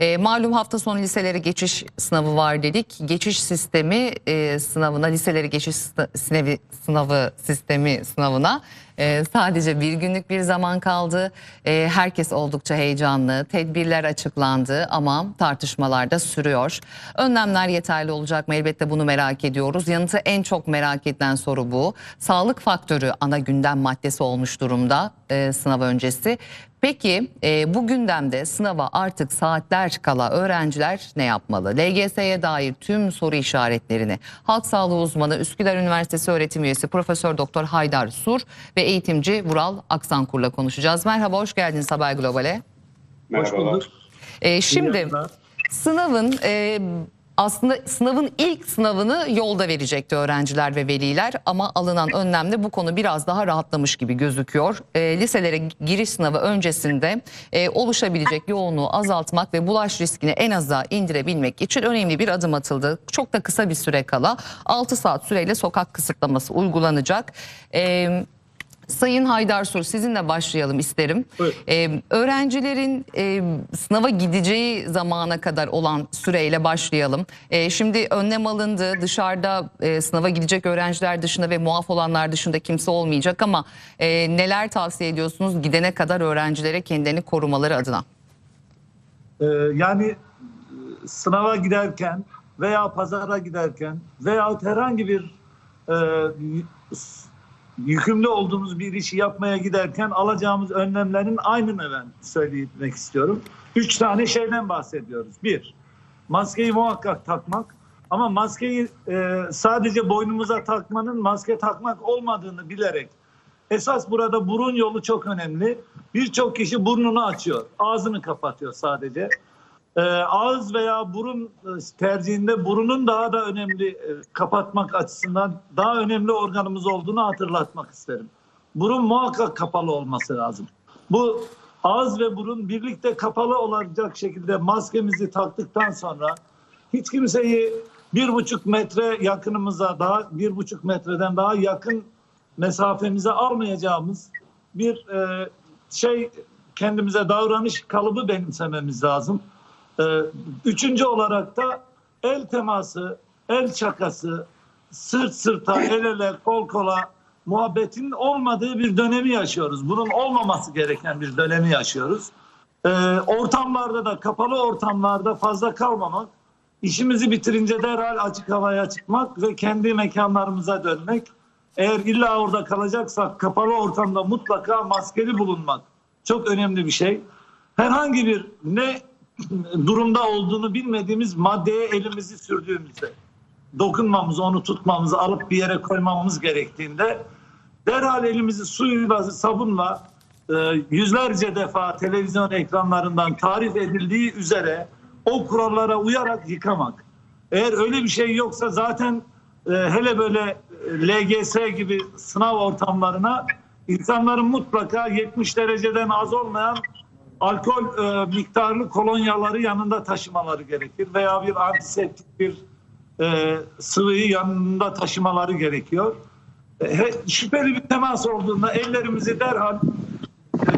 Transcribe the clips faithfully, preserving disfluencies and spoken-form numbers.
E, malum hafta sonu liselere geçiş sınavı var dedik. Geçiş sistemi e, sınavına, liselere geçiş sınavı, sınavı sistemi sınavına e, sadece bir günlük bir zaman kaldı. E, herkes oldukça heyecanlı. Tedbirler açıklandı ama tartışmalar da sürüyor. Önlemler yeterli olacak mı? Elbette bunu merak ediyoruz. Yanıtı en çok merak edilen soru bu. Sağlık faktörü ana gündem maddesi olmuş durumda e, sınav öncesi. Peki e, bu gündemde sınava artık saatler kala öğrenciler ne yapmalı? L G S'ye dair tüm soru işaretlerini halk sağlığı uzmanı Üsküdar Üniversitesi öğretim üyesi Profesör Doktor Haydar Sur ve eğitimci Vural Aksankur'la konuşacağız. Merhaba, hoş geldiniz Haber Global'e. Merhabalar. E, şimdi sınavın e, aslında sınavın ilk sınavını yolda verecekti öğrenciler ve veliler ama alınan önlemle bu konu biraz daha rahatlamış gibi gözüküyor. E, liselere giriş sınavı öncesinde e, oluşabilecek yoğunluğu azaltmak ve bulaş riskini en aza indirebilmek için önemli bir adım atıldı. Çok da kısa bir süre kala altı saat süreyle sokak kısıtlaması uygulanacak. E, Sayın Haydar Sur, sizinle başlayalım isterim. Ee, öğrencilerin e, sınava gideceği zamana kadar olan süreyle başlayalım. E, şimdi önlem alındı. Dışarıda e, sınava gidecek öğrenciler dışında ve muaf olanlar dışında kimse olmayacak ama e, neler tavsiye ediyorsunuz gidene kadar öğrencilere kendilerini korumaları adına? Ee, yani sınava giderken veya pazara giderken veya herhangi bir e, yükümlü olduğumuz bir işi yapmaya giderken alacağımız önlemlerin aynını ben söylemek istiyorum. Üç tane şeyden bahsediyoruz. Bir, maskeyi muhakkak takmak. Ama maskeyi e, sadece boynumuza takmanın maske takmak olmadığını bilerek, esas burada burun yolu çok önemli. Birçok kişi burnunu açıyor, ağzını kapatıyor sadece. Ee, ağız veya burun tercihinde burunun daha da önemli e, kapatmak açısından daha önemli organımız olduğunu hatırlatmak isterim. Burun muhakkak kapalı olması lazım. Bu ağız ve burun birlikte kapalı olacak şekilde maskemizi taktıktan sonra hiç kimseyi bir buçuk metre yakınımıza, daha bir buçuk metreden daha yakın mesafemize almayacağımız bir e, şey kendimize davranış kalıbı benimsememiz lazım. Üçüncü olarak da el teması, el çakası, sırt sırta, el ele, kol kola muhabbetin olmadığı bir dönemi yaşıyoruz. Bunun olmaması gereken bir dönemi yaşıyoruz. Ee, ortamlarda da, kapalı ortamlarda fazla kalmamak, işimizi bitirince derhal açık havaya çıkmak ve kendi mekanlarımıza dönmek. Eğer illa orada kalacaksak kapalı ortamda mutlaka maskeli bulunmak çok önemli bir şey. Herhangi bir ne durumda olduğunu bilmediğimiz maddeye elimizi sürdüğümüzde, dokunmamız, onu tutmamız, alıp bir yere koymamız gerektiğinde derhal elimizi suyla, sabunla e, yüzlerce defa televizyon ekranlarından tarif edildiği üzere o kurallara uyarak yıkamak. Eğer öyle bir şey yoksa zaten e, hele böyle L G S gibi sınav ortamlarına insanların mutlaka yetmiş dereceden az olmayan alkol e, miktarlı kolonyaları yanında taşımaları gerekir veya bir antiseptik bir e, sıvıyı yanında taşımaları gerekiyor. E, he, şüpheli bir temas olduğunda ellerimizi derhal e,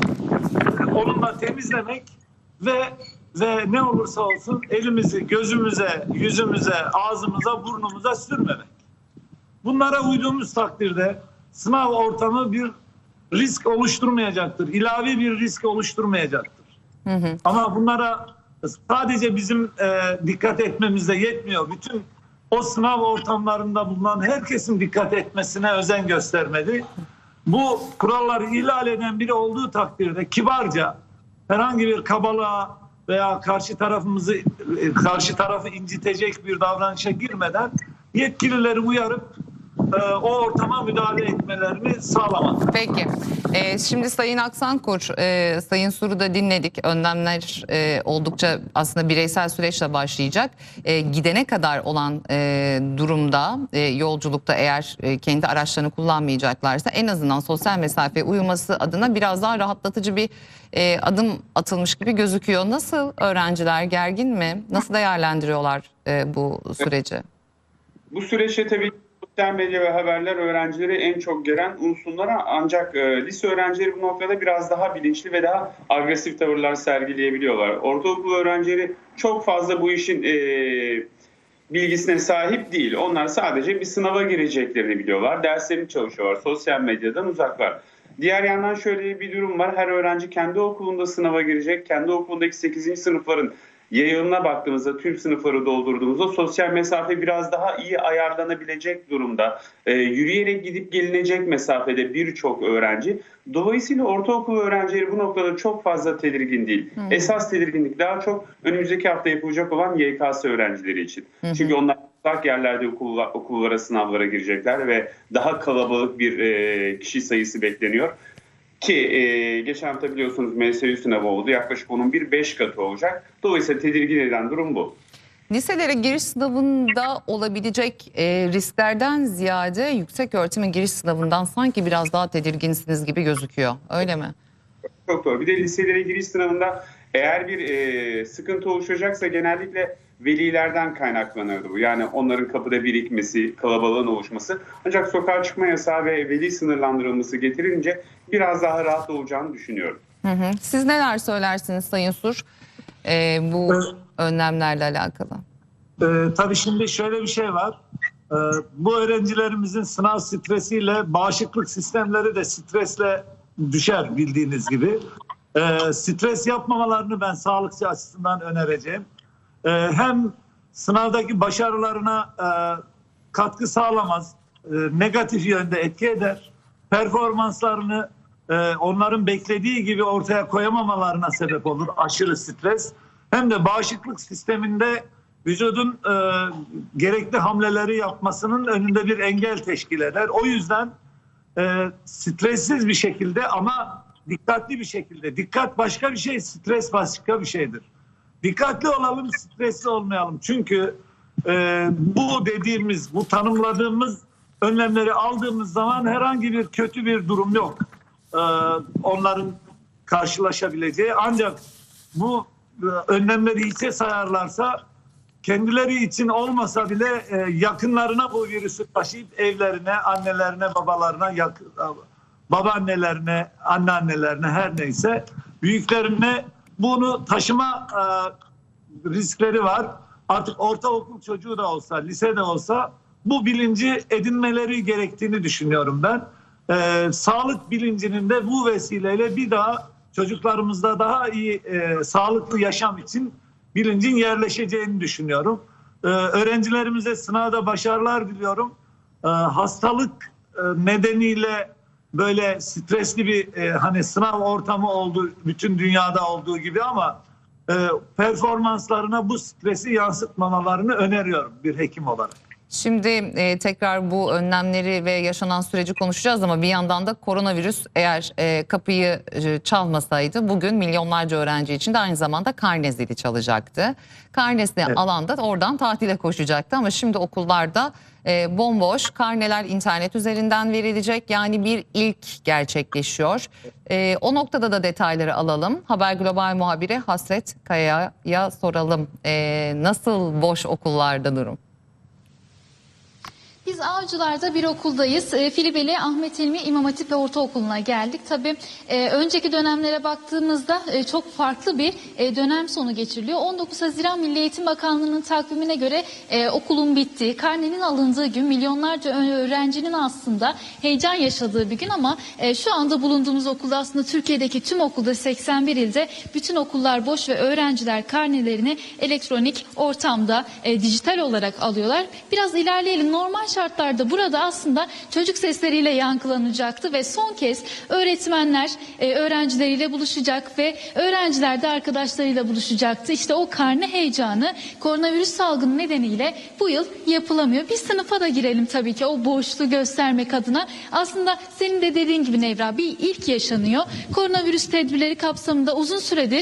onunla temizlemek ve ve ne olursa olsun elimizi gözümüze, yüzümüze, ağzımıza, burnumuza sürmemek. Bunlara uyduğumuz takdirde sınav ortamı bir risk oluşturmayacaktır. İlavi bir risk oluşturmayacaktır. Hı hı. Ama bunlara sadece bizim e, dikkat etmemize yetmiyor. Bütün o sınav ortamlarında bulunan herkesin dikkat etmesine özen göstermeli. Bu kuralları ihlal eden biri olduğu takdirde kibarca herhangi bir kabalığa veya karşı tarafımızı karşı tarafı incitecek bir davranışa girmeden yetkilileri uyarıp o ortama müdahale etmelerini sağlamak. Peki. Ee, şimdi Sayın Aksankur, e, Sayın Sur'u da dinledik. Önlemler e, oldukça aslında bireysel süreçle başlayacak. E, gidene kadar olan e, durumda, e, yolculukta eğer e, kendi araçlarını kullanmayacaklarsa en azından sosyal mesafeye uyulması adına biraz daha rahatlatıcı bir e, adım atılmış gibi gözüküyor. Nasıl öğrenciler, gergin mi? Nasıl değerlendiriyorlar e, bu süreci? Bu süreçte tabii Sosyal medya ve haberler öğrencileri en çok gelen unsurlar, ancak e, lise öğrencileri bu noktada biraz daha bilinçli ve daha agresif tavırlar sergileyebiliyorlar. Ortaokul öğrencileri çok fazla bu işin e, bilgisine sahip değil. Onlar sadece bir sınava gireceklerini biliyorlar. Derslerini çalışıyorlar. Sosyal medyadan uzaklar. Diğer yandan şöyle bir durum var. Her öğrenci kendi okulunda sınava girecek. Kendi okulundaki sekizinci sınıfların yayılına baktığımızda, tüm sınıfları doldurduğumuzda sosyal mesafe biraz daha iyi ayarlanabilecek durumda. Ee, yürüyerek gidip gelinecek mesafede birçok öğrenci. Dolayısıyla ortaokul öğrencileri bu noktada çok fazla tedirgin değil. Hmm. Esas tedirginlik daha çok önümüzdeki hafta yapılacak olan Y K S öğrencileri için. Hmm. Çünkü onlar uzak yerlerde okullar, okullara, sınavlara girecekler ve daha kalabalık bir e, kişi sayısı bekleniyor. Ki e, geçen hafta biliyorsunuz M S U sınavı oldu. Yaklaşık onun bir beş katı olacak. Dolayısıyla tedirgin eden durum bu. Liselere giriş sınavında olabilecek e, risklerden ziyade yüksek öğretime giriş sınavından sanki biraz daha tedirginsiniz gibi gözüküyor. Öyle mi? Çok doğru. Bir de liselere giriş sınavında eğer bir e, sıkıntı oluşacaksa genellikle velilerden kaynaklanırdı bu. Yani onların kapıda birikmesi, kalabalığın oluşması. Ancak sokağa çıkma yasağı ve veli sınırlandırılması getirince biraz daha rahat olacağını düşünüyorum. Hı hı. Siz neler söylersiniz Sayın Sur e, bu evet. önlemlerle alakalı? Ee, tabii şimdi şöyle bir şey var. Ee, bu öğrencilerimizin sınav stresiyle bağışıklık sistemleri de stresle düşer bildiğiniz gibi. Ee, stres yapmamalarını ben sağlıkçı açısından önereceğim. Ee, hem sınavdaki başarılarına e, katkı sağlamaz, e, negatif yönde etki eder. Performanslarını e, onların beklediği gibi ortaya koyamamalarına sebep olur aşırı stres. Hem de bağışıklık sisteminde vücudun e, gerekli hamleleri yapmasının önünde bir engel teşkil eder. O yüzden e, stressiz bir şekilde ama dikkatli bir şekilde. Dikkat başka bir şey, stres başka bir şeydir. Dikkatli olalım, stresli olmayalım. Çünkü e, bu dediğimiz, bu tanımladığımız önlemleri aldığımız zaman herhangi bir kötü bir durum yok. E, onların karşılaşabileceği. Ancak bu e, önlemleri hiçe sayarlarsa kendileri için olmasa bile e, yakınlarına bu virüsü taşıyıp evlerine, annelerine, babalarına, yak, babaannelerine, anneannelerine her neyse büyüklerine bunu taşıma e, riskleri var. Artık ortaokul çocuğu da olsa, lise de olsa bu bilinci edinmeleri gerektiğini düşünüyorum ben. E, sağlık bilincinin de bu vesileyle bir daha çocuklarımızda daha iyi e, sağlıklı yaşam için bilincin yerleşeceğini düşünüyorum. E, öğrencilerimize sınavda başarılar diliyorum. E, hastalık e, nedeniyle böyle stresli bir e, hani sınav ortamı oldu bütün dünyada olduğu gibi ama e, performanslarına bu stresi yansıtmamalarını öneriyorum bir hekim olarak. Şimdi e, tekrar bu önlemleri ve yaşanan süreci konuşacağız ama bir yandan da koronavirüs eğer e, kapıyı e, çalmasaydı bugün milyonlarca öğrenci için de aynı zamanda karne zili çalacaktı. Karnesini evet. alan da oradan tatile koşacaktı ama şimdi okullarda e, bomboş, karneler internet üzerinden verilecek, yani bir ilk gerçekleşiyor. E, o noktada da detayları alalım. Haber Global muhabiri Hasret Kaya'ya soralım. E, nasıl boş okullarda durum? Biz Avcılar'da bir okuldayız. E, Filibeli Ahmet İlmi İmam Hatip ve Ortaokulu'na geldik. Tabii e, önceki dönemlere baktığımızda e, çok farklı bir e, dönem sonu geçiriliyor. on dokuz Haziran Milli Eğitim Bakanlığı'nın takvimine göre e, okulun bittiği, karnenin alındığı gün, milyonlarca öğrencinin aslında heyecan yaşadığı bir gün ama e, şu anda bulunduğumuz okulda aslında Türkiye'deki tüm okulda seksen bir ilde bütün okullar boş ve öğrenciler karnelerini elektronik ortamda e, dijital olarak alıyorlar. Biraz ilerleyelim. Normal şartlarda burada aslında çocuk sesleriyle yankılanacaktı ve son kez öğretmenler e, öğrencileriyle buluşacak ve öğrenciler de arkadaşlarıyla buluşacaktı. İşte o karne heyecanı koronavirüs salgını nedeniyle bu yıl yapılamıyor. Bir sınıfa da girelim tabii ki o boşluğu göstermek adına. Aslında senin de dediğin gibi Nevra, bir ilk yaşanıyor. Koronavirüs tedbirleri kapsamında uzun süredir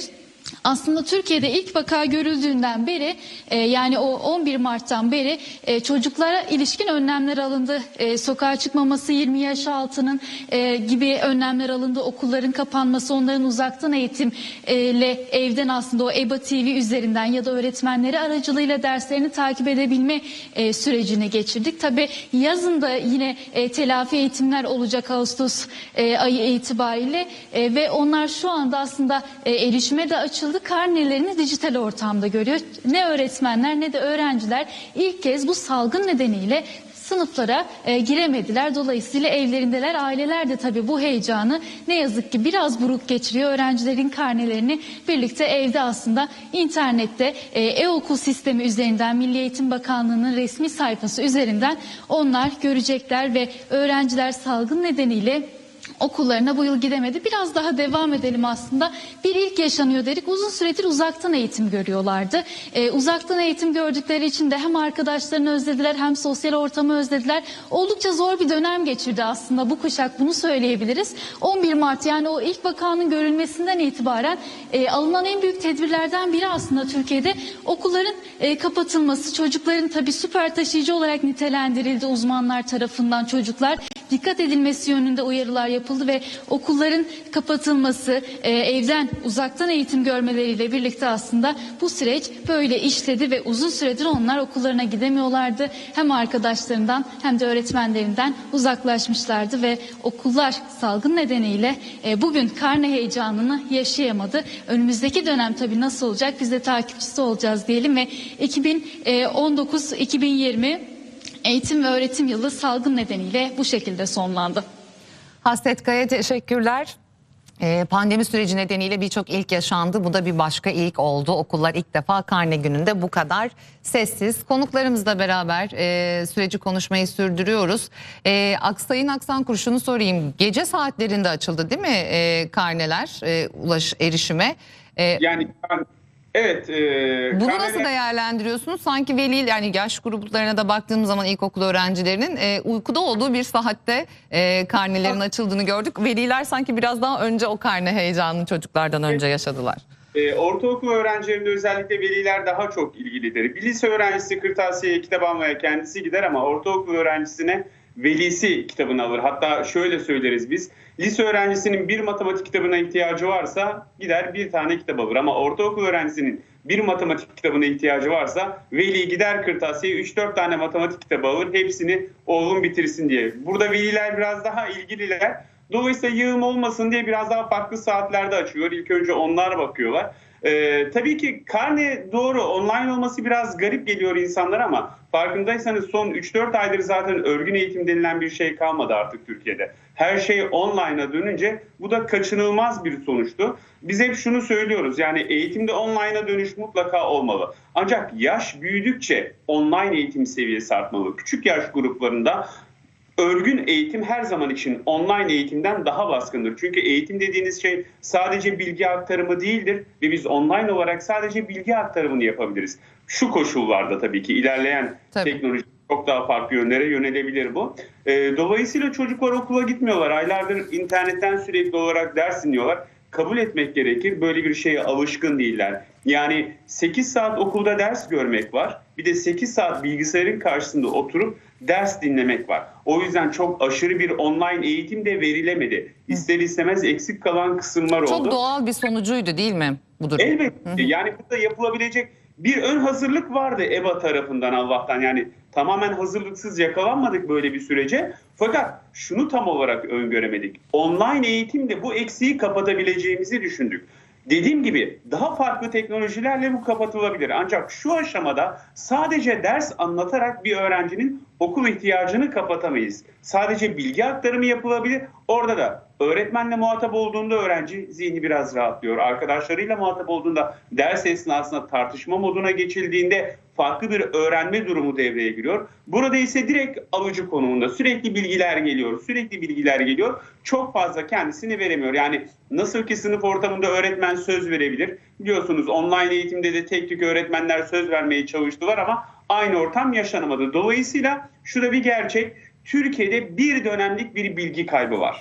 aslında Türkiye'de ilk vaka görüldüğünden beri e, yani o on bir Mart'tan beri e, çocuklara ilişkin önlemler alındı. E, sokağa çıkmaması, yirmi yaş altının e, gibi önlemler alındı. Okulların kapanması, onların uzaktan eğitimle evden aslında o EBA T V üzerinden ya da öğretmenleri aracılığıyla derslerini takip edebilme e, sürecini geçirdik. Tabii yazın da yine e, telafi eğitimler olacak Ağustos e, ayı itibariyle e, ve onlar şu anda aslında e, erişime de açıldı. Karnelerini dijital ortamda görüyor. Ne öğretmenler ne de öğrenciler ilk kez bu salgın nedeniyle sınıflara e, giremediler. Dolayısıyla evlerindeler. Aileler de tabii bu heyecanı ne yazık ki biraz buruk geçiriyor. Öğrencilerin karnelerini birlikte evde aslında internette e, e-okul sistemi üzerinden Milli Eğitim Bakanlığı'nın resmi sayfası üzerinden onlar görecekler ve öğrenciler salgın nedeniyle okullarına bu yıl gidemedi. Biraz daha devam edelim aslında. Bir ilk yaşanıyor dedik. Uzun süredir uzaktan eğitim görüyorlardı. Ee, uzaktan eğitim gördükleri için de hem arkadaşlarını özlediler hem sosyal ortamı özlediler. Oldukça zor bir dönem geçirdi aslında bu kuşak, bunu söyleyebiliriz. on bir Mart yani o ilk vakanın görülmesinden itibaren e, alınan en büyük tedbirlerden biri aslında Türkiye'de okulların e, kapatılması. Çocukların tabii süper taşıyıcı olarak nitelendirildi uzmanlar tarafından. Çocuklar dikkat edilmesi yönünde uyarılar yapıldı ve okulların kapatılması, e, evden uzaktan eğitim görmeleriyle birlikte aslında bu süreç böyle işledi ve uzun süredir onlar okullarına gidemiyorlardı. Hem arkadaşlarından hem de öğretmenlerinden uzaklaşmışlardı ve okullar salgın nedeniyle e, bugün karne heyecanını yaşayamadı. Önümüzdeki dönem tabii nasıl olacak, biz de takipçisi olacağız diyelim ve iki bin on dokuz iki bin yirmi eğitim ve öğretim yılı salgın nedeniyle bu şekilde sonlandı. Hasret Kaya teşekkürler. Ee, pandemi süreci nedeniyle birçok ilk yaşandı. Bu da bir başka ilk oldu. Okullar ilk defa karne gününde bu kadar sessiz. Konuklarımızla beraber e, süreci konuşmayı sürdürüyoruz. E, Aksay'ın Aksankur şunu sorayım. Gece saatlerinde açıldı değil mi e, karneler e, ulaş erişime? E, Yani evet. E, Bunu karneler... nasıl değerlendiriyorsunuz? Sanki veli yani yaş gruplarına da baktığımız zaman ilkokul öğrencilerinin e, uykuda olduğu bir saatte e, karnelerin açıldığını gördük. Veliler sanki biraz daha önce o karne heyecanını çocuklardan önce yaşadılar. E, ortaokul öğrencilerinde özellikle veliler daha çok ilgilidir. Bir lise öğrencisi kırtasiyeye kitap almaya kendisi gider ama ortaokul öğrencisine velisi kitabını alır. Hatta şöyle söyleriz biz. Lise öğrencisinin bir matematik kitabına ihtiyacı varsa gider bir tane kitap alır. Ama ortaokul öğrencisinin bir matematik kitabına ihtiyacı varsa veli gider kırtasiyeye üç dört tane matematik kitabı alır. Hepsini oğlum bitirsin diye. Burada veliler biraz daha ilgililer. Dolayısıyla yığım olmasın diye biraz daha farklı saatlerde açıyor. İlk önce onlar bakıyorlar. Ee, tabii ki karne doğru online olması biraz garip geliyor insanlara ama farkındaysanız son üç dört aydır zaten örgün eğitim denilen bir şey kalmadı artık Türkiye'de. Her şey online'a dönünce bu da kaçınılmaz bir sonuçtu. Biz hep şunu söylüyoruz, yani eğitimde online'a dönüş mutlaka olmalı. Ancak yaş büyüdükçe online eğitim seviyesi artmalı. Küçük yaş gruplarında örgün eğitim her zaman için online eğitimden daha baskındır. Çünkü eğitim dediğiniz şey sadece bilgi aktarımı değildir ve biz online olarak sadece bilgi aktarımını yapabiliriz. Şu koşullarda tabii ki ilerleyen Tabii. teknoloji çok daha farklı yönlere yönelebilir bu. Dolayısıyla çocuklar okula gitmiyorlar. Aylardır internetten sürekli olarak ders dinliyorlar. Kabul etmek gerekir, böyle bir şeye alışkın değiller. Yani sekiz saat okulda ders görmek var. Bir de sekiz saat bilgisayarın karşısında oturup ders dinlemek var. O yüzden çok aşırı bir online eğitim de verilemedi. İster istemez eksik kalan kısımlar oldu. Çok doğal bir sonucuydu değil mi bu durum? Elbette. Yani burada yapılabilecek bir ön hazırlık vardı EBA tarafından Allah'tan. Yani tamamen hazırlıksız yakalanmadık böyle bir sürece. Fakat şunu tam olarak öngöremedik. Online eğitimde bu eksiği kapatabileceğimizi düşündük. Dediğim gibi daha farklı teknolojilerle bu kapatılabilir. Ancak şu aşamada sadece ders anlatarak bir öğrencinin okul ihtiyacını kapatamayız. Sadece bilgi aktarımı yapılabilir. Orada da öğretmenle muhatap olduğunda öğrenci zihni biraz rahatlıyor. Arkadaşlarıyla muhatap olduğunda ders esnasında tartışma moduna geçildiğinde farklı bir öğrenme durumu devreye giriyor. Burada ise direkt alıcı konumunda sürekli bilgiler geliyor. Sürekli bilgiler geliyor. Çok fazla kendisini veremiyor. Yani nasıl ki sınıf ortamında öğretmen söz verebilir. Biliyorsunuz online eğitimde de tek tük öğretmenler söz vermeye çalıştılar ama aynı ortam yaşanamadı. Dolayısıyla şu da bir gerçek. Türkiye'de bir dönemlik bir bilgi kaybı var.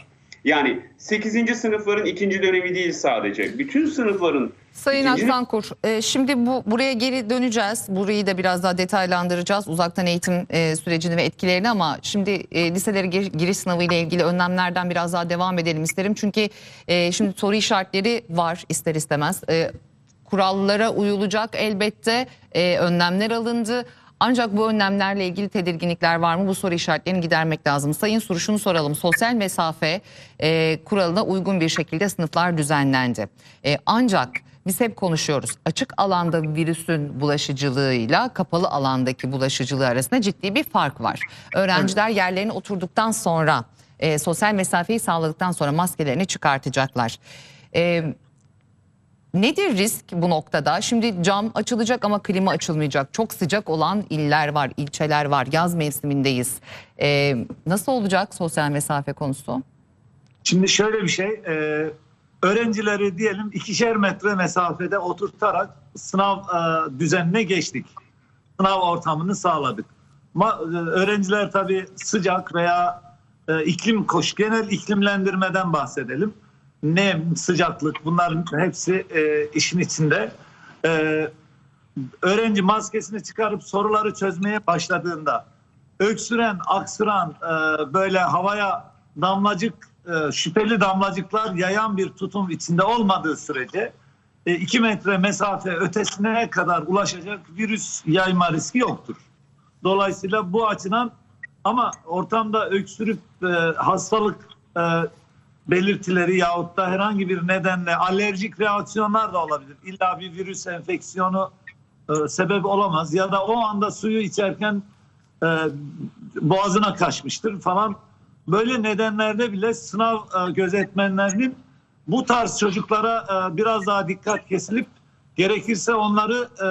Yani sekizinci sınıfların ikinci dönemi değil sadece. Bütün sınıfların Sayın ikinci... Aksankur, e, şimdi bu buraya geri döneceğiz. Burayı da biraz daha detaylandıracağız. Uzaktan eğitim e, sürecini ve etkilerini, ama şimdi e, liselere gir, giriş sınavı ile ilgili önlemlerden biraz daha devam edelim isterim. Çünkü e, şimdi soru işaretleri var ister istemez. E, kurallara uyulacak elbette, e, önlemler alındı. Ancak bu önlemlerle ilgili tedirginlikler var mı? Bu soru işaretlerini gidermek lazım. Sayın Suru, şunu soralım. Sosyal mesafe e, kuralına uygun bir şekilde sınıflar düzenlendi. E, ancak biz hep konuşuyoruz. Açık alanda virüsün bulaşıcılığıyla kapalı alandaki bulaşıcılığı arasında ciddi bir fark var. Öğrenciler yerlerine oturduktan sonra, e, sosyal mesafeyi sağladıktan sonra maskelerini çıkartacaklar. E, Nedir risk bu noktada? Şimdi cam açılacak ama klima açılmayacak. Çok sıcak olan iller var, ilçeler var. Yaz mevsimindeyiz. Ee, nasıl olacak sosyal mesafe konusu? Şimdi şöyle bir şey. E, öğrencileri diyelim ikişer metre mesafede oturtarak sınav e, düzenine geçtik. Sınav ortamını sağladık. Ma, e, öğrenciler tabii sıcak veya e, iklim koş, genel iklimlendirmeden bahsedelim. Nem, sıcaklık, bunların hepsi e, işin içinde. E, öğrenci maskesini çıkarıp soruları çözmeye başladığında öksüren, aksıran, e, böyle havaya damlacık, e, şüpheli damlacıklar yayan bir tutum içinde olmadığı sürece e, iki metre mesafe ötesine kadar ulaşacak virüs yayma riski yoktur. Dolayısıyla bu açıdan, ama ortamda öksürüp e, hastalık e, belirtileri yahut da herhangi bir nedenle alerjik reaksiyonlar da olabilir. İlla bir virüs enfeksiyonu e, sebep olamaz, ya da o anda suyu içerken e, boğazına kaçmıştır falan. Böyle nedenlerde bile sınav e, gözetmenlerinin bu tarz çocuklara e, biraz daha dikkat kesilip gerekirse onları e,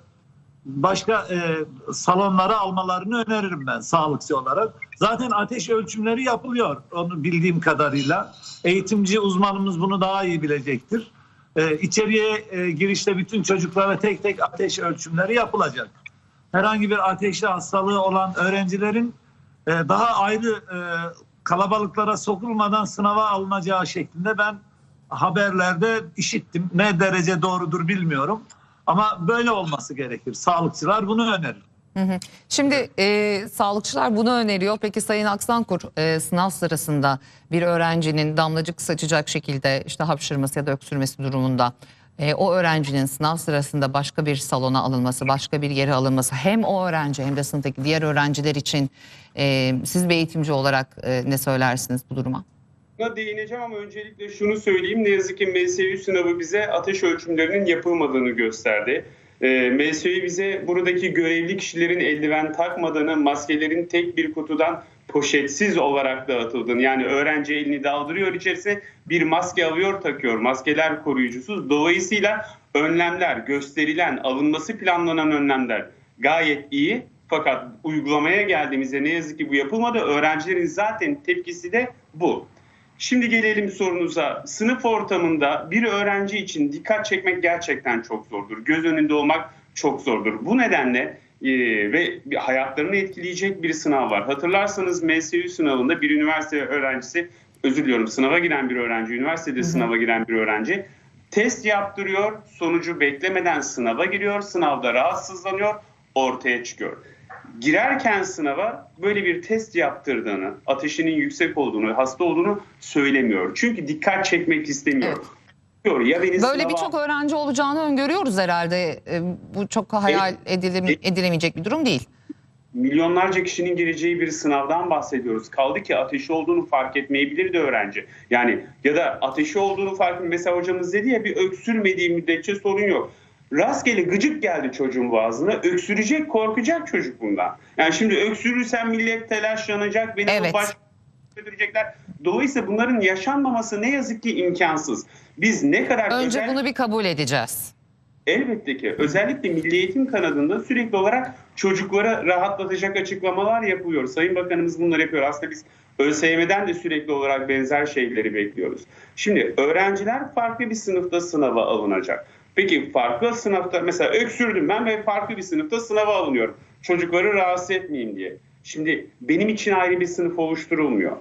başka e, salonlara almalarını öneririm ben sağlıkçı olarak. Zaten ateş ölçümleri yapılıyor, onu bildiğim kadarıyla. Eğitimci uzmanımız bunu daha iyi bilecektir. E, içeriye e, girişte bütün çocuklara tek tek ateş ölçümleri yapılacak. Herhangi bir ateşli hastalığı olan öğrencilerin e, daha ayrı e, kalabalıklara sokulmadan sınava alınacağı şeklinde ben haberlerde işittim. Ne derece doğrudur bilmiyorum. Ama böyle olması gerekir. Sağlıkçılar bunu önerir. Hı hı. Şimdi e, sağlıkçılar bunu öneriyor. Peki Sayın Aksankur, e, sınav sırasında bir öğrencinin damlacık saçacak şekilde işte hapşırması ya da öksürmesi durumunda e, o öğrencinin sınav sırasında başka bir salona alınması, başka bir yere alınması, hem o öğrenci hem de sınıftaki diğer öğrenciler için e, siz bir eğitimci olarak e, ne söylersiniz bu duruma? Buna değineceğim ama öncelikle şunu söyleyeyim. Ne yazık ki M S Ü sınavı bize ateş ölçümlerinin yapılmadığını gösterdi. E, M S Ü bize buradaki görevli kişilerin eldiven takmadığını, maskelerin tek bir kutudan poşetsiz olarak dağıtıldığını, yani öğrenci elini daldırıyor, içerisine bir maske alıyor, takıyor. Maskeler koruyucusuz. Dolayısıyla önlemler, gösterilen, alınması planlanan önlemler gayet iyi. Fakat uygulamaya geldiğimizde ne yazık ki bu yapılmadı. Öğrencilerin zaten tepkisi de bu. Şimdi gelelim sorunuza. Sınıf ortamında bir öğrenci için dikkat çekmek gerçekten çok zordur. Göz önünde olmak çok zordur. Bu nedenle e, ve hayatlarını etkileyecek bir sınav var. Hatırlarsanız M S Ü sınavında bir üniversite öğrencisi, özür diliyorum, sınava giren bir öğrenci, üniversitede sınava giren bir öğrenci test yaptırıyor, sonucu beklemeden sınava giriyor, sınavda rahatsızlanıyor, ortaya çıkıyor. Girerken sınava böyle bir test yaptırdığını, ateşinin yüksek olduğunu, hasta olduğunu söylemiyor. Çünkü dikkat çekmek istemiyor. Evet. Ya beni Böyle sınava... birçok öğrenci olacağını öngörüyoruz herhalde. E, bu çok hayal edilim, edilemeyecek bir durum değil. Milyonlarca kişinin gireceği bir sınavdan bahsediyoruz. Kaldı ki ateşi olduğunu fark etmeyebilirdi öğrenci. Yani ya da ateşi olduğunu fark etmeyebilirdi. Mesela hocamız dedi ya, bir öksürmediği müddetçe sorun yok. Rastgele gıcık geldi çocuğun boğazına. Öksürecek, korkacak çocuk bundan. Yani şimdi öksürürsen millet telaşlanacak, beni evet. baş götürecekler. Dolayısıyla bunların yaşanmaması ne yazık ki imkansız. Biz ne kadar önce özel... bunu bir kabul edeceğiz. Elbette ki. Özellikle Milli Eğitim kanadında sürekli olarak çocuklara rahatlatacak açıklamalar yapılıyor. Sayın Bakanımız bunları yapıyor. Aslında biz ÖSYM'den de sürekli olarak benzer şeyleri bekliyoruz. Şimdi öğrenciler farklı bir sınıfta sınava alınacak. Peki farklı sınıfta, mesela öksürdüm ben ve farklı bir sınıfta sınava alınıyorum. Çocukları rahatsız etmeyeyim diye. Şimdi benim için ayrı bir sınıf oluşturulmuyor.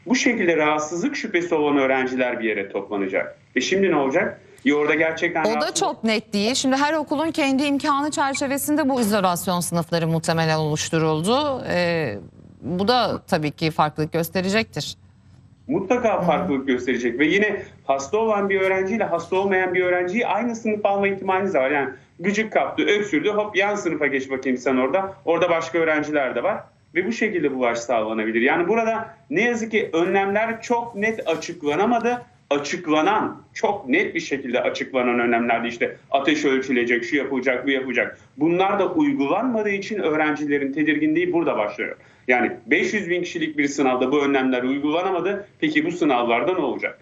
Bu şekilde rahatsızlık şüphesi olan öğrenciler bir yere toplanacak. E şimdi ne olacak? Ya orada gerçekten O da rahatsızlık... çok net değil. Şimdi her okulun kendi imkanı çerçevesinde bu izolasyon sınıfları muhtemelen oluşturuldu. Ee, bu da tabii ki farklılık gösterecektir. Mutlaka farklılık gösterecek ve yine hasta olan bir öğrenciyle hasta olmayan bir öğrenciyi aynı sınıfa alma ihtimaliniz var. Yani gıcık kaptı, öksürdü, hop yan sınıfa geç bakayım sen orada. Orada başka öğrenciler de var ve bu şekilde bulaş sağlanabilir. Yani burada ne yazık ki önlemler çok net açıklanamadı. Açıklanan, çok net bir şekilde açıklanan önlemlerde işte ateş ölçülecek, şu yapılacak, bu yapılacak. Bunlar da uygulanmadığı için öğrencilerin tedirginliği burada başlıyor. Yani beş yüz bin kişilik bir sınavda bu önlemler uygulanamadı. Peki bu sınavlarda ne olacak?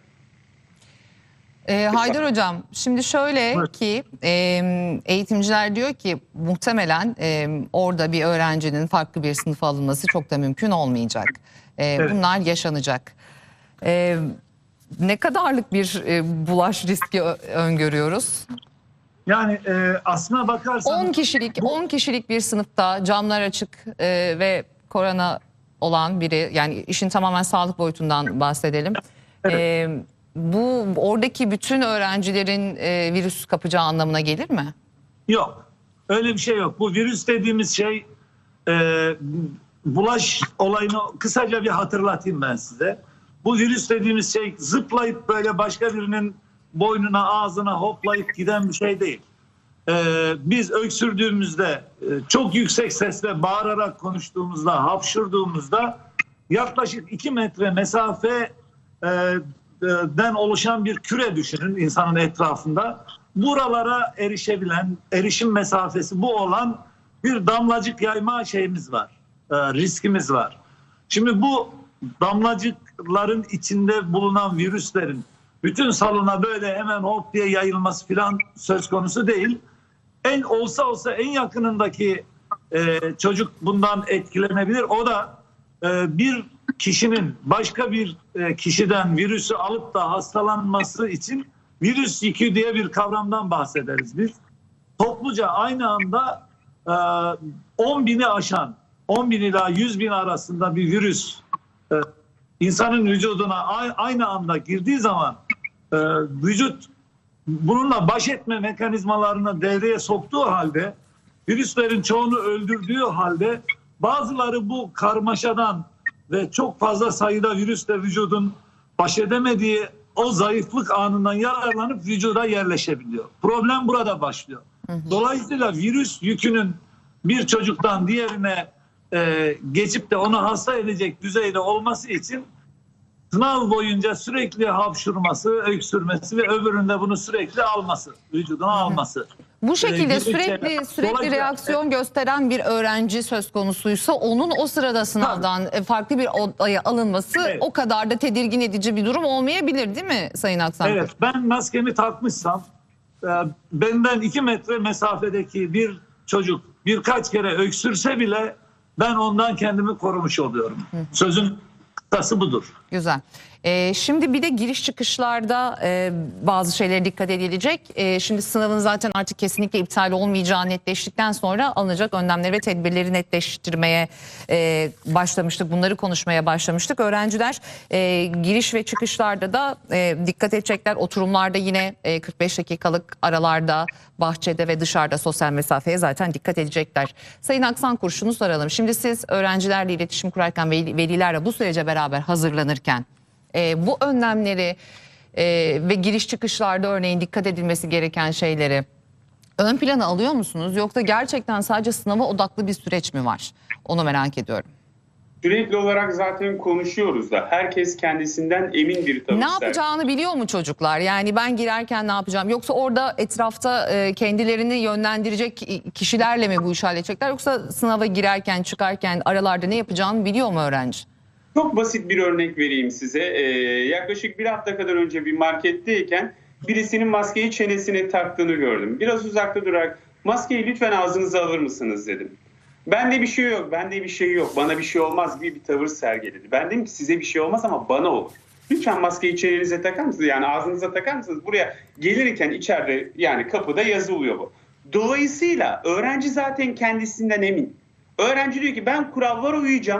Ee, Haydar Hocam, şimdi şöyle ki e, eğitimciler diyor ki muhtemelen e, orada bir öğrencinin farklı bir sınıfa alınması çok da mümkün olmayacak. E, Evet. Bunlar yaşanacak. E, ne kadarlık bir e, bulaş riski ö- öngörüyoruz? Yani e, aslına bakarsanız on kişilik bu- on kişilik bir sınıfta camlar açık e, ve korona olan biri, yani işin tamamen sağlık boyutundan bahsedelim. Evet. E, bu oradaki bütün öğrencilerin e, virüs kapacağı anlamına gelir mi? Yok. Öyle bir şey yok. Bu virüs dediğimiz şey e, bulaş olayını kısaca bir hatırlatayım ben size. Bu virüs dediğimiz şey zıplayıp böyle başka birinin boynuna ağzına hoplayıp giden bir şey değil. E, biz öksürdüğümüzde, e, çok yüksek sesle bağırarak konuştuğumuzda, hapşurduğumuzda yaklaşık iki metre mesafe e, den oluşan bir küre düşünün insanın etrafında. Buralara erişebilen, erişim mesafesi bu olan bir damlacık yayma şeyimiz var, e, riskimiz var. Şimdi bu damlacıkların içinde bulunan virüslerin bütün salona böyle hemen hop diye yayılması falan söz konusu değil. En olsa olsa en yakınındaki e, çocuk bundan etkilenebilir. O da e, bir kişinin başka bir e, kişiden virüsü alıp da hastalanması için virüs yükü diye bir kavramdan bahsederiz biz. Topluca aynı anda e, on bini aşan, on bin ila yüz bin arasında bir virüs e, insanın vücuduna a- aynı anda girdiği zaman e, vücut bununla baş etme mekanizmalarını devreye soktuğu halde, virüslerin çoğunu öldürdüğü halde bazıları bu karmaşadan ve çok fazla sayıda virüsle vücudun baş edemediği o zayıflık anından yararlanıp vücuda yerleşebiliyor. Problem burada başlıyor. Dolayısıyla virüs yükünün bir çocuktan diğerine e, geçip de onu hasta edecek düzeyde olması için sınav boyunca sürekli hapşurması, öksürmesi ve öbüründe bunu sürekli alması, vücuduna alması. Bu şekilde Ee, sürekli şeyler. sürekli Dolayısıyla- reaksiyon gösteren bir öğrenci söz konusuysa onun o sırada sınavdan e, farklı bir odaya alınması Evet. o kadar da tedirgin edici bir durum olmayabilir, değil mi Sayın Aksankur? Evet, ben maskemi takmışsam e, benden iki metre mesafedeki bir çocuk birkaç kere öksürse bile ben ondan kendimi korumuş oluyorum. Sözün kısası budur. Güzel. Ee, şimdi bir de giriş çıkışlarda e, bazı şeylere dikkat edilecek. E, şimdi sınavın zaten artık kesinlikle iptal olmayacağı netleştikten sonra alınacak önlemleri ve tedbirleri netleştirmeye e, başlamıştık. Bunları konuşmaya başlamıştık. Öğrenciler e, giriş ve çıkışlarda da e, dikkat edecekler. Oturumlarda yine e, kırk beş dakikalık aralarda, bahçede ve dışarıda sosyal mesafeye zaten dikkat edecekler. Sayın Aksankur, şunu soralım. Şimdi siz öğrencilerle iletişim kurarken, veli- velilerle bu sürece beraber hazırlanırken e, bu önlemleri e, ve giriş çıkışlarda örneğin dikkat edilmesi gereken şeyleri ön plana alıyor musunuz? Yoksa gerçekten sadece sınava odaklı bir süreç mi var? Onu merak ediyorum. Sürekli olarak zaten konuşuyoruz da herkes kendisinden emin bir tavır Ne sergiliyor. yapacağını biliyor mu çocuklar? Yani ben girerken ne yapacağım? Yoksa orada etrafta e, kendilerini yönlendirecek kişilerle mi bu işi halledecekler? Yoksa sınava girerken çıkarken aralarda ne yapacağını biliyor mu öğrenci? Çok basit bir örnek vereyim size. Ee, yaklaşık bir hafta kadar önce bir marketteyken birisinin maskeyi çenesine taktığını gördüm. Biraz uzakta durarak maskeyi lütfen ağzınıza alır mısınız dedim. Bende bir şey yok, bende bir şey yok, bana bir şey olmaz gibi bir tavır sergiledi. Ben dedim ki size bir şey olmaz ama bana olur. Lütfen maskeyi çenenize takar mısınız? Yani ağzınıza takar mısınız? Buraya gelirken içeride yani kapıda yazılıyor bu. Dolayısıyla öğrenci zaten kendisinden emin. Öğrenci diyor ki ben kurallara uyacağım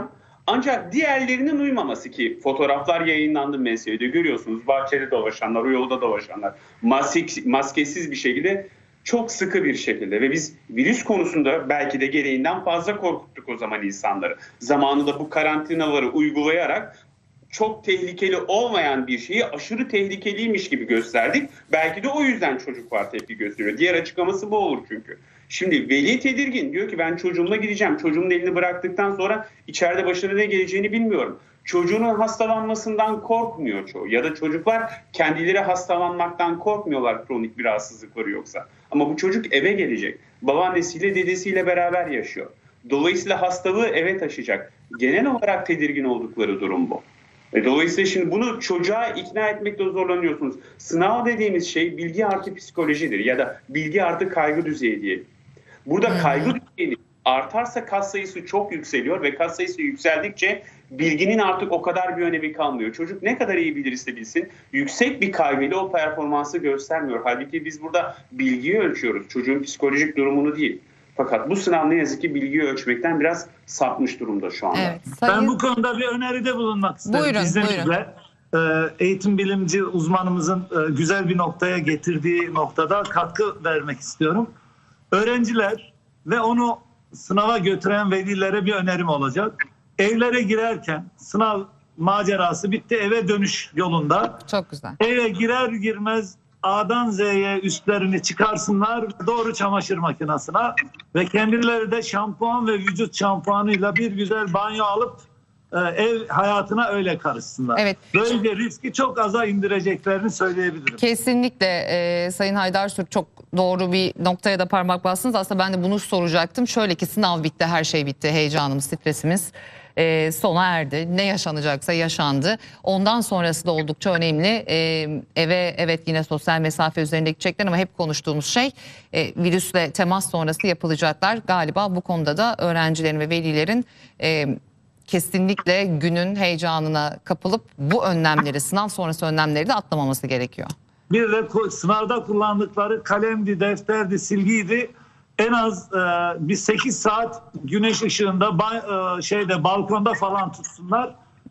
Ancak diğerlerinin uymaması, ki fotoğraflar yayınlandı medyada, görüyorsunuz bahçede dolaşanlar, o yolda dolaşanlar maske, maskesiz bir şekilde, çok sıkı bir şekilde, ve biz virüs konusunda belki de gereğinden fazla korkuttuk o zaman insanları. Zamanında bu karantinaları uygulayarak çok tehlikeli olmayan bir şeyi aşırı tehlikeliymiş gibi gösterdik. Belki de o yüzden çocuklar tepki gösteriyor. Diğer açıklaması bu olur çünkü. Şimdi veli tedirgin, diyor ki ben çocuğumla gideceğim. Çocuğumun elini bıraktıktan sonra içeride başına ne geleceğini bilmiyorum. Çocuğunun hastalanmasından korkmuyor çoğu. Ya da çocuklar kendileri hastalanmaktan korkmuyorlar kronik bir rahatsızlıkları yoksa. Ama bu çocuk eve gelecek. Babaannesiyle, dedesiyle beraber yaşıyor. Dolayısıyla hastalığı eve taşıyacak. Genel olarak tedirgin oldukları durum bu. E dolayısıyla şimdi bunu çocuğa ikna etmekte zorlanıyorsunuz. Sınav dediğimiz şey bilgi artı psikolojidir ya da bilgi artı kaygı düzeyi diye. Burada kaygı düzeyi artarsa kas sayısı çok yükseliyor ve kas sayısı yükseldikçe bilginin artık o kadar bir önemi kalmıyor. Çocuk ne kadar iyi bilirse bilsin yüksek bir kaygıyla o performansı göstermiyor. Halbuki biz burada bilgiyi ölçüyoruz. Çocuğun psikolojik durumunu değil. Fakat bu sınav ne yazık ki bilgiyi ölçmekten biraz sapmış durumda şu anda. Evet, sayın... Ben bu konuda bir öneride bulunmak isterim. Buyurun, İzninizle. buyurun. Eğitim bilimci uzmanımızın güzel bir noktaya getirdiği noktada katkı vermek istiyorum. Öğrenciler ve onu sınava götüren velilere bir önerim olacak. Evlere girerken sınav macerası bitti, eve dönüş yolunda. Çok güzel. Eve girer girmez A'dan Z'ye üstlerini çıkarsınlar doğru çamaşır makinesine ve kendileri de şampuan ve vücut şampuanıyla bir güzel banyo alıp e, ev hayatına öyle karışsınlar. Evet. Böylece riski çok aza indireceklerini söyleyebilirim. Kesinlikle e, Sayın Haydarsürk çok doğru bir noktaya da parmak bastınız. Aslında ben de bunu soracaktım. Şöyle ki sınav bitti, her şey bitti. Heyecanımız, stresimiz e, sona erdi. Ne yaşanacaksa yaşandı. Ondan sonrası da oldukça önemli. E, eve evet yine sosyal mesafe üzerinde gidecekler ama hep konuştuğumuz şey e, virüsle temas sonrası yapılacaklar. Galiba bu konuda da öğrencilerin ve velilerin e, kesinlikle günün heyecanına kapılıp bu önlemleri, sınav sonrası önlemleri de atlamaması gerekiyor. Bir de sınavda kullandıkları kalemdi, defterdi, silgiydi. En az e, bir sekiz saat güneş ışığında ba- e, şeyde balkonda falan tutsunlar.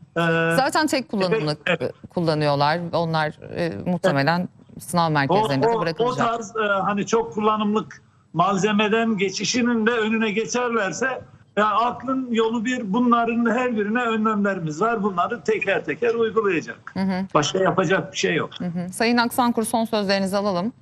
E, Zaten tek kullanımlık evet. kullanıyorlar. Onlar e, muhtemelen sınav merkezlerinde o, de o, o bırakılacak. tarz e, hani çok kullanımlık malzemeden geçişinin de önüne geçerlerse yani aklın yolu bir, bunların her birine önlemlerimiz var. Bunları teker teker uygulayacak. Hı hı. Başka yapacak bir şey yok. Hı hı. Sayın Aksankur, son sözlerinizi alalım.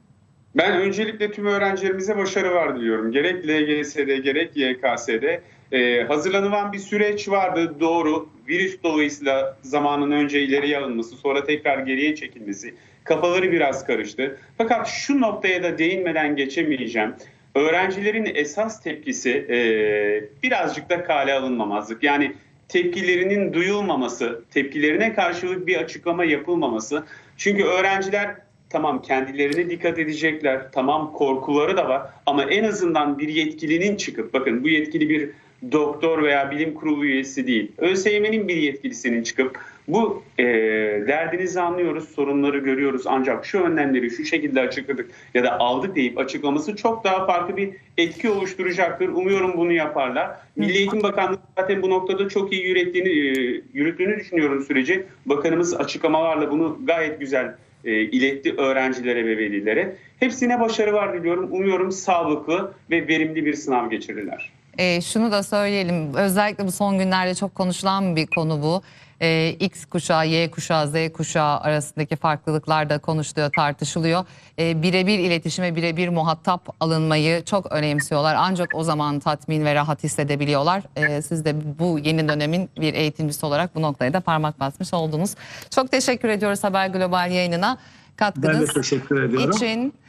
Ben öncelikle tüm öğrencilerimize başarılar diliyorum. Gerek L G S'de gerek Y K S'de ee, hazırlanılan bir süreç vardı, doğru. Virüs dolayısıyla zamanın önce ileriye alınması, sonra tekrar geriye çekilmesi kafaları biraz karıştı. Fakat şu noktaya da değinmeden geçemeyeceğim. Öğrencilerin esas tepkisi e, birazcık da kale alınmamazlık. Yani tepkilerinin duyulmaması, tepkilerine karşılık bir açıklama yapılmaması. Çünkü öğrenciler tamam kendilerine dikkat edecekler, tamam korkuları da var ama en azından bir yetkilinin çıkıp, bakın bu yetkili bir doktor veya bilim kurulu üyesi değil, ÖSYM'nin bir yetkilisinin çıkıp bu e, derdinizi anlıyoruz, sorunları görüyoruz ancak şu önlemleri şu şekilde açıkladık ya da aldık deyip açıklaması çok daha farklı bir etki oluşturacaktır. Umuyorum bunu yaparlar. Milli Eğitim Bakanlığı zaten bu noktada çok iyi yürüttüğünü, e, yürüttüğünü düşünüyorum süreci. Bakanımız açıklamalarla bunu gayet güzel e, iletti öğrencilere ve velilere. Hepsine başarılar diliyorum. Umuyorum sağlıklı ve verimli bir sınav geçirirler. E, şunu da söyleyelim, özellikle bu son günlerde çok konuşulan bir konu bu. E, X kuşağı, Y kuşağı, Z kuşağı arasındaki farklılıklar da konuşuluyor, tartışılıyor. E, birebir iletişime, birebir muhatap alınmayı çok önemsiyorlar. Ancak o zaman tatmin ve rahat hissedebiliyorlar. E, siz de bu yeni dönemin bir eğitimcisi olarak bu noktaya da parmak basmış oldunuz. Çok teşekkür ediyoruz Haber Global yayınına katkınız Ben de teşekkür ediyorum. için.